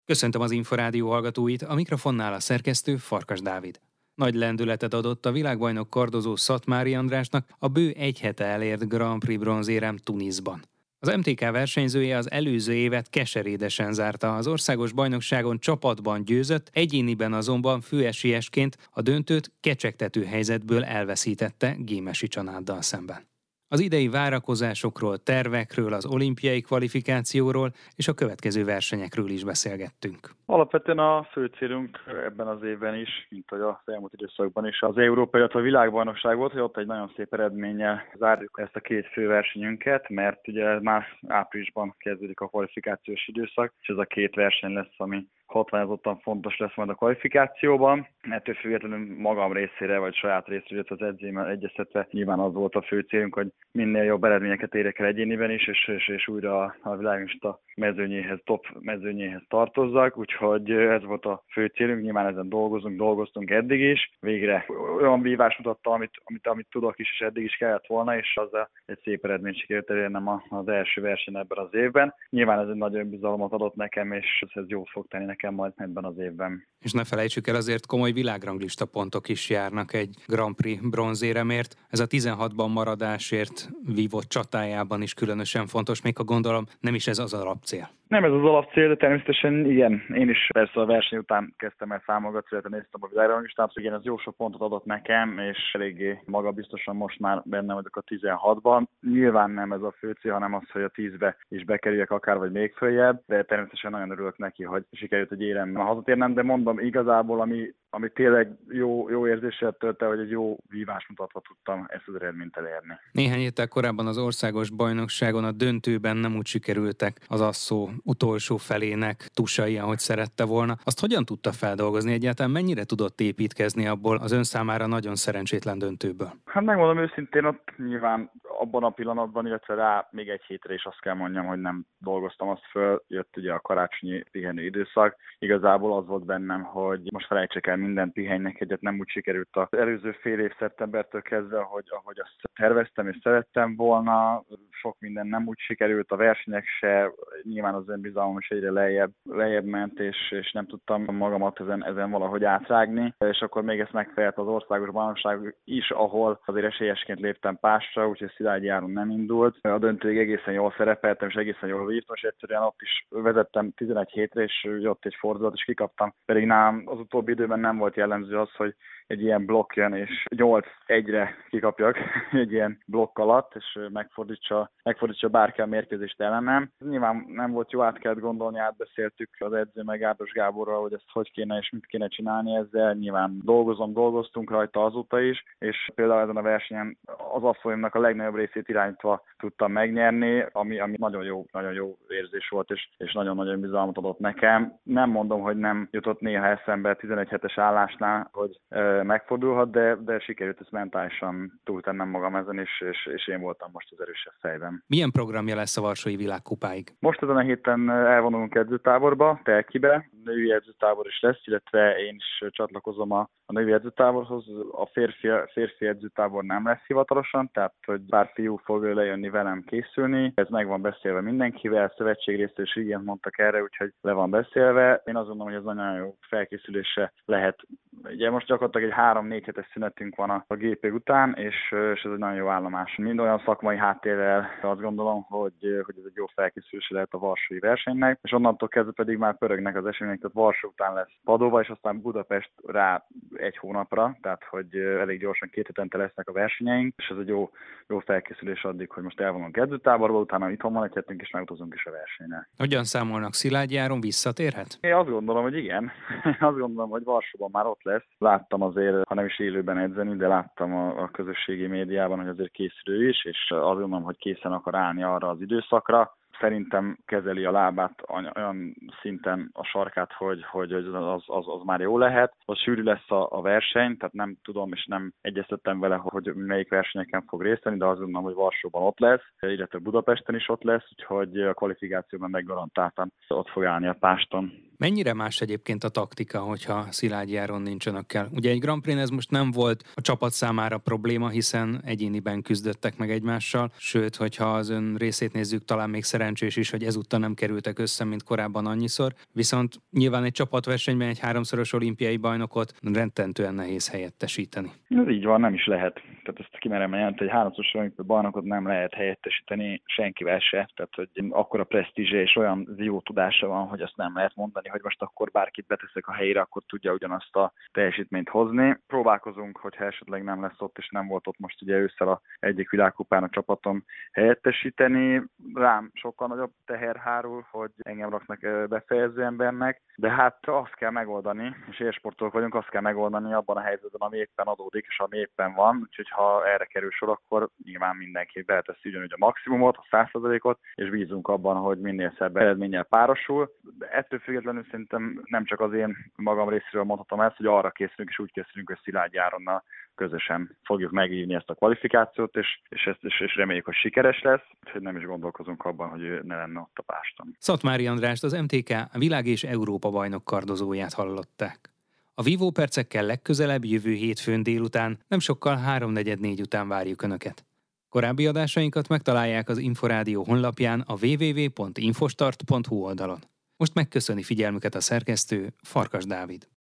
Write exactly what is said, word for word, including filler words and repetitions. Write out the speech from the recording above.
Köszöntöm az Inforádió hallgatóit, a mikrofonnál a szerkesztő Farkas Dávid. Nagy lendületet adott a világbajnok kardozó Szatmári Andrásnak a bő egy hete elért Grand Prix bronzérem Tunisban. Az em té ká versenyzője az előző évet keserédesen zárta, az országos bajnokságon csapatban győzött, egyéniben azonban főesélyesként a döntőt kecsegtető helyzetből elveszítette Gémesi Csanáddal szemben. Az idei várakozásokról, tervekről, az olimpiai kvalifikációról és a következő versenyekről is beszélgettünk. Alapvetően a fő célunk ebben az évben is, mint hogy az elmúlt időszakban is, az európai, illetve a világbajnokság volt, hogy ott egy nagyon szép eredménnyel zárjuk ezt a két fő versenyünket, mert ugye már áprilisban kezdődik a kvalifikációs időszak, és ez a két verseny lesz, ami hatványozottan fontos lesz majd a kvalifikációban. Ettől függetlenül magam részére, vagy saját részére, az edzőmmel egyeztetve nyilván az volt a fő célunk, hogy minél jobb eredményeket érjek el egyéniben is, és, és, és újra a világlista mezőnyéhez, top mezőnyéhez tartozzak, úgyhogy ez volt a fő célunk, nyilván ezen dolgozunk, dolgoztunk eddig is. Végre olyan vívás mutatta, amit, amit, amit tudok is, és eddig is kellett volna, és azzal egy szép eredményt sikerült elérnem az első verseny ebben az évben. Nyilván ez egy nagy önbizalmat adott nekem, és ez jót fog tenni nekem majd ebben az évben. És ne felejtsük el, azért komoly világranglista pontok is járnak egy Grand Prix bronzéremért. Ez a tizenhatban maradásért vívott csatájában is különösen fontos, még a gondolom nem is ez az alapcél. Nem ez az alapcél, de természetesen igen. Én is persze a verseny után kezdtem el számolgatni, illetve néztem a világranglistát, igen, ez jó sok pontot adott nekem, és eléggé magabiztosan most már benne vagyok a tizenhatban. Nyilván nem ez a fő cél, hanem az, hogy a tízbe is bekerüljek akár, vagy még följebb, de természetesen nagyon örülök neki, hogy sikerült egy éremmel hazatérnem, de mondom igazából, ami, ami tényleg jó, jó érzéssel tölt el, hogy egy jó vívás mutatva tudtam ezt az eredményt elérni. Néhány héttel korábban az országos bajnokságon a döntőben nem úgy sikerültek az asszó utolsó felének tusai, ahogy szerette volna. Azt hogyan tudta feldolgozni egyáltalán? Mennyire tudott építkezni abból az ön számára nagyon szerencsétlen döntőből? Hát megmondom őszintén, ott nyilván abban a pillanatban, illetve rá még egy hétre is azt kell mondjam, hogy nem dolgoztam azt föl, jött ugye a karácsonyi pihenő időszak. Igazából az volt bennem, hogy most felejtsek el minden pihennek egyet, nem úgy sikerült az előző fél év szeptembertől kezdve, ahogy, ahogy azt terveztem és szerettem volna. Sok minden nem úgy sikerült, a versenyek se, nyilván az önbizalmam is egyre lejjebb, lejjebb ment, és, és nem tudtam magamat ezen, ezen valahogy átrágni. És akkor még ezt megfelelt az országos bajnokság is, ahol azért esélyesként léptem pásra, úgyhogy Szilágyi Áron nem indult. A döntőig egészen jól szerepeltem, és egészen jól vívtam, és egyszerűen ott is vezettem tizenegy hétre, és jött egy fordulat, és kikaptam. Pedig nálam az utóbbi időben nem volt jellemző az, hogy egy ilyen blokk jön, és nyolc egyre kikapjak egy ilyen blokk alatt, és megfordítsa, megfordítsa bárki a mérkőzést ellenem. Nyilván nem volt jó, át kellett gondolni, átbeszéltük az edző meg Ádos Gáborral, hogy ezt hogy kéne és mit kéne csinálni ezzel. Nyilván dolgozom, dolgoztunk rajta azóta is, és például ezen a versenyen az asszonyomnak a legnagyobb részét irányítva tudtam megnyerni, ami, ami nagyon jó, nagyon jó érzés volt, és, és nagyon-nagyon bizalmat adott nekem. Nem mondom, hogy nem jutott néha eszembe tizenegy hetes állásnál, hogy megfordulhat, de, de sikerült ezt mentálisan túltennem magam ezen is, és, és én voltam most az erősebb fejben. Milyen programja lesz a Varsói Világkupáig? Most ezen a héten elvonulunk edzőtáborba, Telkibe, női edzőtábor is lesz, illetve én is csatlakozom a, a női edzőtáborhoz. A férfi, férfi edzőtábor nem lesz hivatalosan, tehát hogy pár fiú fog lejönni velem készülni. Ez meg van beszélve mindenkivel, szövetség részéről is igen mondtak erre, úgyhogy le van beszélve. Én azt gondolom, hogy ez nagyon jó felkészülése lehet. Ugye most gyakorlatilag egy három-négy hetes szünetünk van a, a gé pé után, és, és ez egy nagyon jó állomás. Mind olyan szakmai háttérrel azt gondolom, hogy, hogy ez egy jó felkészülése lehet a varsói versenynek, és onnantól kezdve pedig már pörögnek az események, tehát Varsó után lesz Padova, és aztán Budapest rá egy hónapra, tehát hogy elég gyorsan két hetente lesznek a versenyeink, és ez egy jó, jó felkészülés addig, hogy most elvonunk edzőtáborba, utána itthon van egy hetünk, és megutazunk is a versenyre. Hogyan számolnak, Szilágyi Áron visszatérhet? Én azt gondolom, hogy igen. Azt gondolom, hogy Varsóban már ott lesz. Láttam azért, ha nem is élőben edzeni, de láttam a, a közösségi médiában, hogy azért készül is, és azt gondolom, hogy készen akar állni arra az időszakra. Szerintem kezeli a lábát olyan szinten a sarkát, hogy, hogy az, az, az már jó lehet. Az sűrű lesz a, a verseny, tehát nem tudom, és nem egyeztettem vele, hogy melyik versenyeken fog részt venni, de azt gondolom, hogy Varsóban ott lesz, illetve Budapesten is ott lesz, úgyhogy a kvalifikációban meggarantáltan ott fog állni a páston. Mennyire más egyébként a taktika, hogyha Szilágyi Áron nincs önökkel? Ugye egy Grand Prix ez most nem volt a csapat számára probléma, hiszen egyéniben küzdöttek meg egymással, sőt, hogyha az ön részét nézzük, talán még szerencsés szerencsés is, hogy ezúttal nem kerültek össze, mint korábban annyiszor, viszont nyilván egy csapatversenyben egy háromszoros olimpiai bajnokot rettentően nehéz helyettesíteni. Ez így van, nem is lehet. Tehát ezt kimerem jelenteni, egy háromszoros olimpiai bajnokot nem lehet helyettesíteni senkivel se. Tehát, hogy akkora presztízse és olyan jó tudása van, hogy azt nem lehet mondani, hogy most akkor bárkit beteszek a helyére, akkor tudja ugyanazt a teljesítményt hozni. Próbálkozunk, hogyha esetleg nem lesz ott, és nem volt ott most ugye ősszel a egyik világkupán a csapatom helyettesíteni. Rám sokkal nagyobb teher hárul, hogy engem raknak befejező embernek, de hát azt kell megoldani, és élsportolók vagyunk, azt kell megoldani abban a helyzetben, ami éppen adódik, és ami éppen van. Úgyhogy ha erre kerül sor, akkor nyilván mindenki beleteszi ugyanúgy a maximumot, a száz százalékot, és bízunk abban, hogy minél szebb eredménnyel párosul. De ettől függetlenül szerintem nem csak az én magam részéről mondhatom ezt, hogy arra készülünk, és úgy készülünk, hogy Szilágyi Áronnal közösen fogjuk megírni ezt a kvalifikációt, és, és, ezt, és, és reméljük, hogy sikeres lesz, hogy nem is gondolkozunk abban, hogy ő ne lenne ott a páston. Szatmári Andrást, az em té ká világ- és Európa bajnok kardozóját hallották. A vívó percekkel legközelebb jövő hétfőn délután, nem sokkal háromnegyed négy után várjuk Önöket. Korábbi adásainkat megtalálják az Inforádió honlapján a double-u double-u double-u pont infostart pont hu oldalon. Most megköszöni figyelmüket a szerkesztő, Farkas Dávid.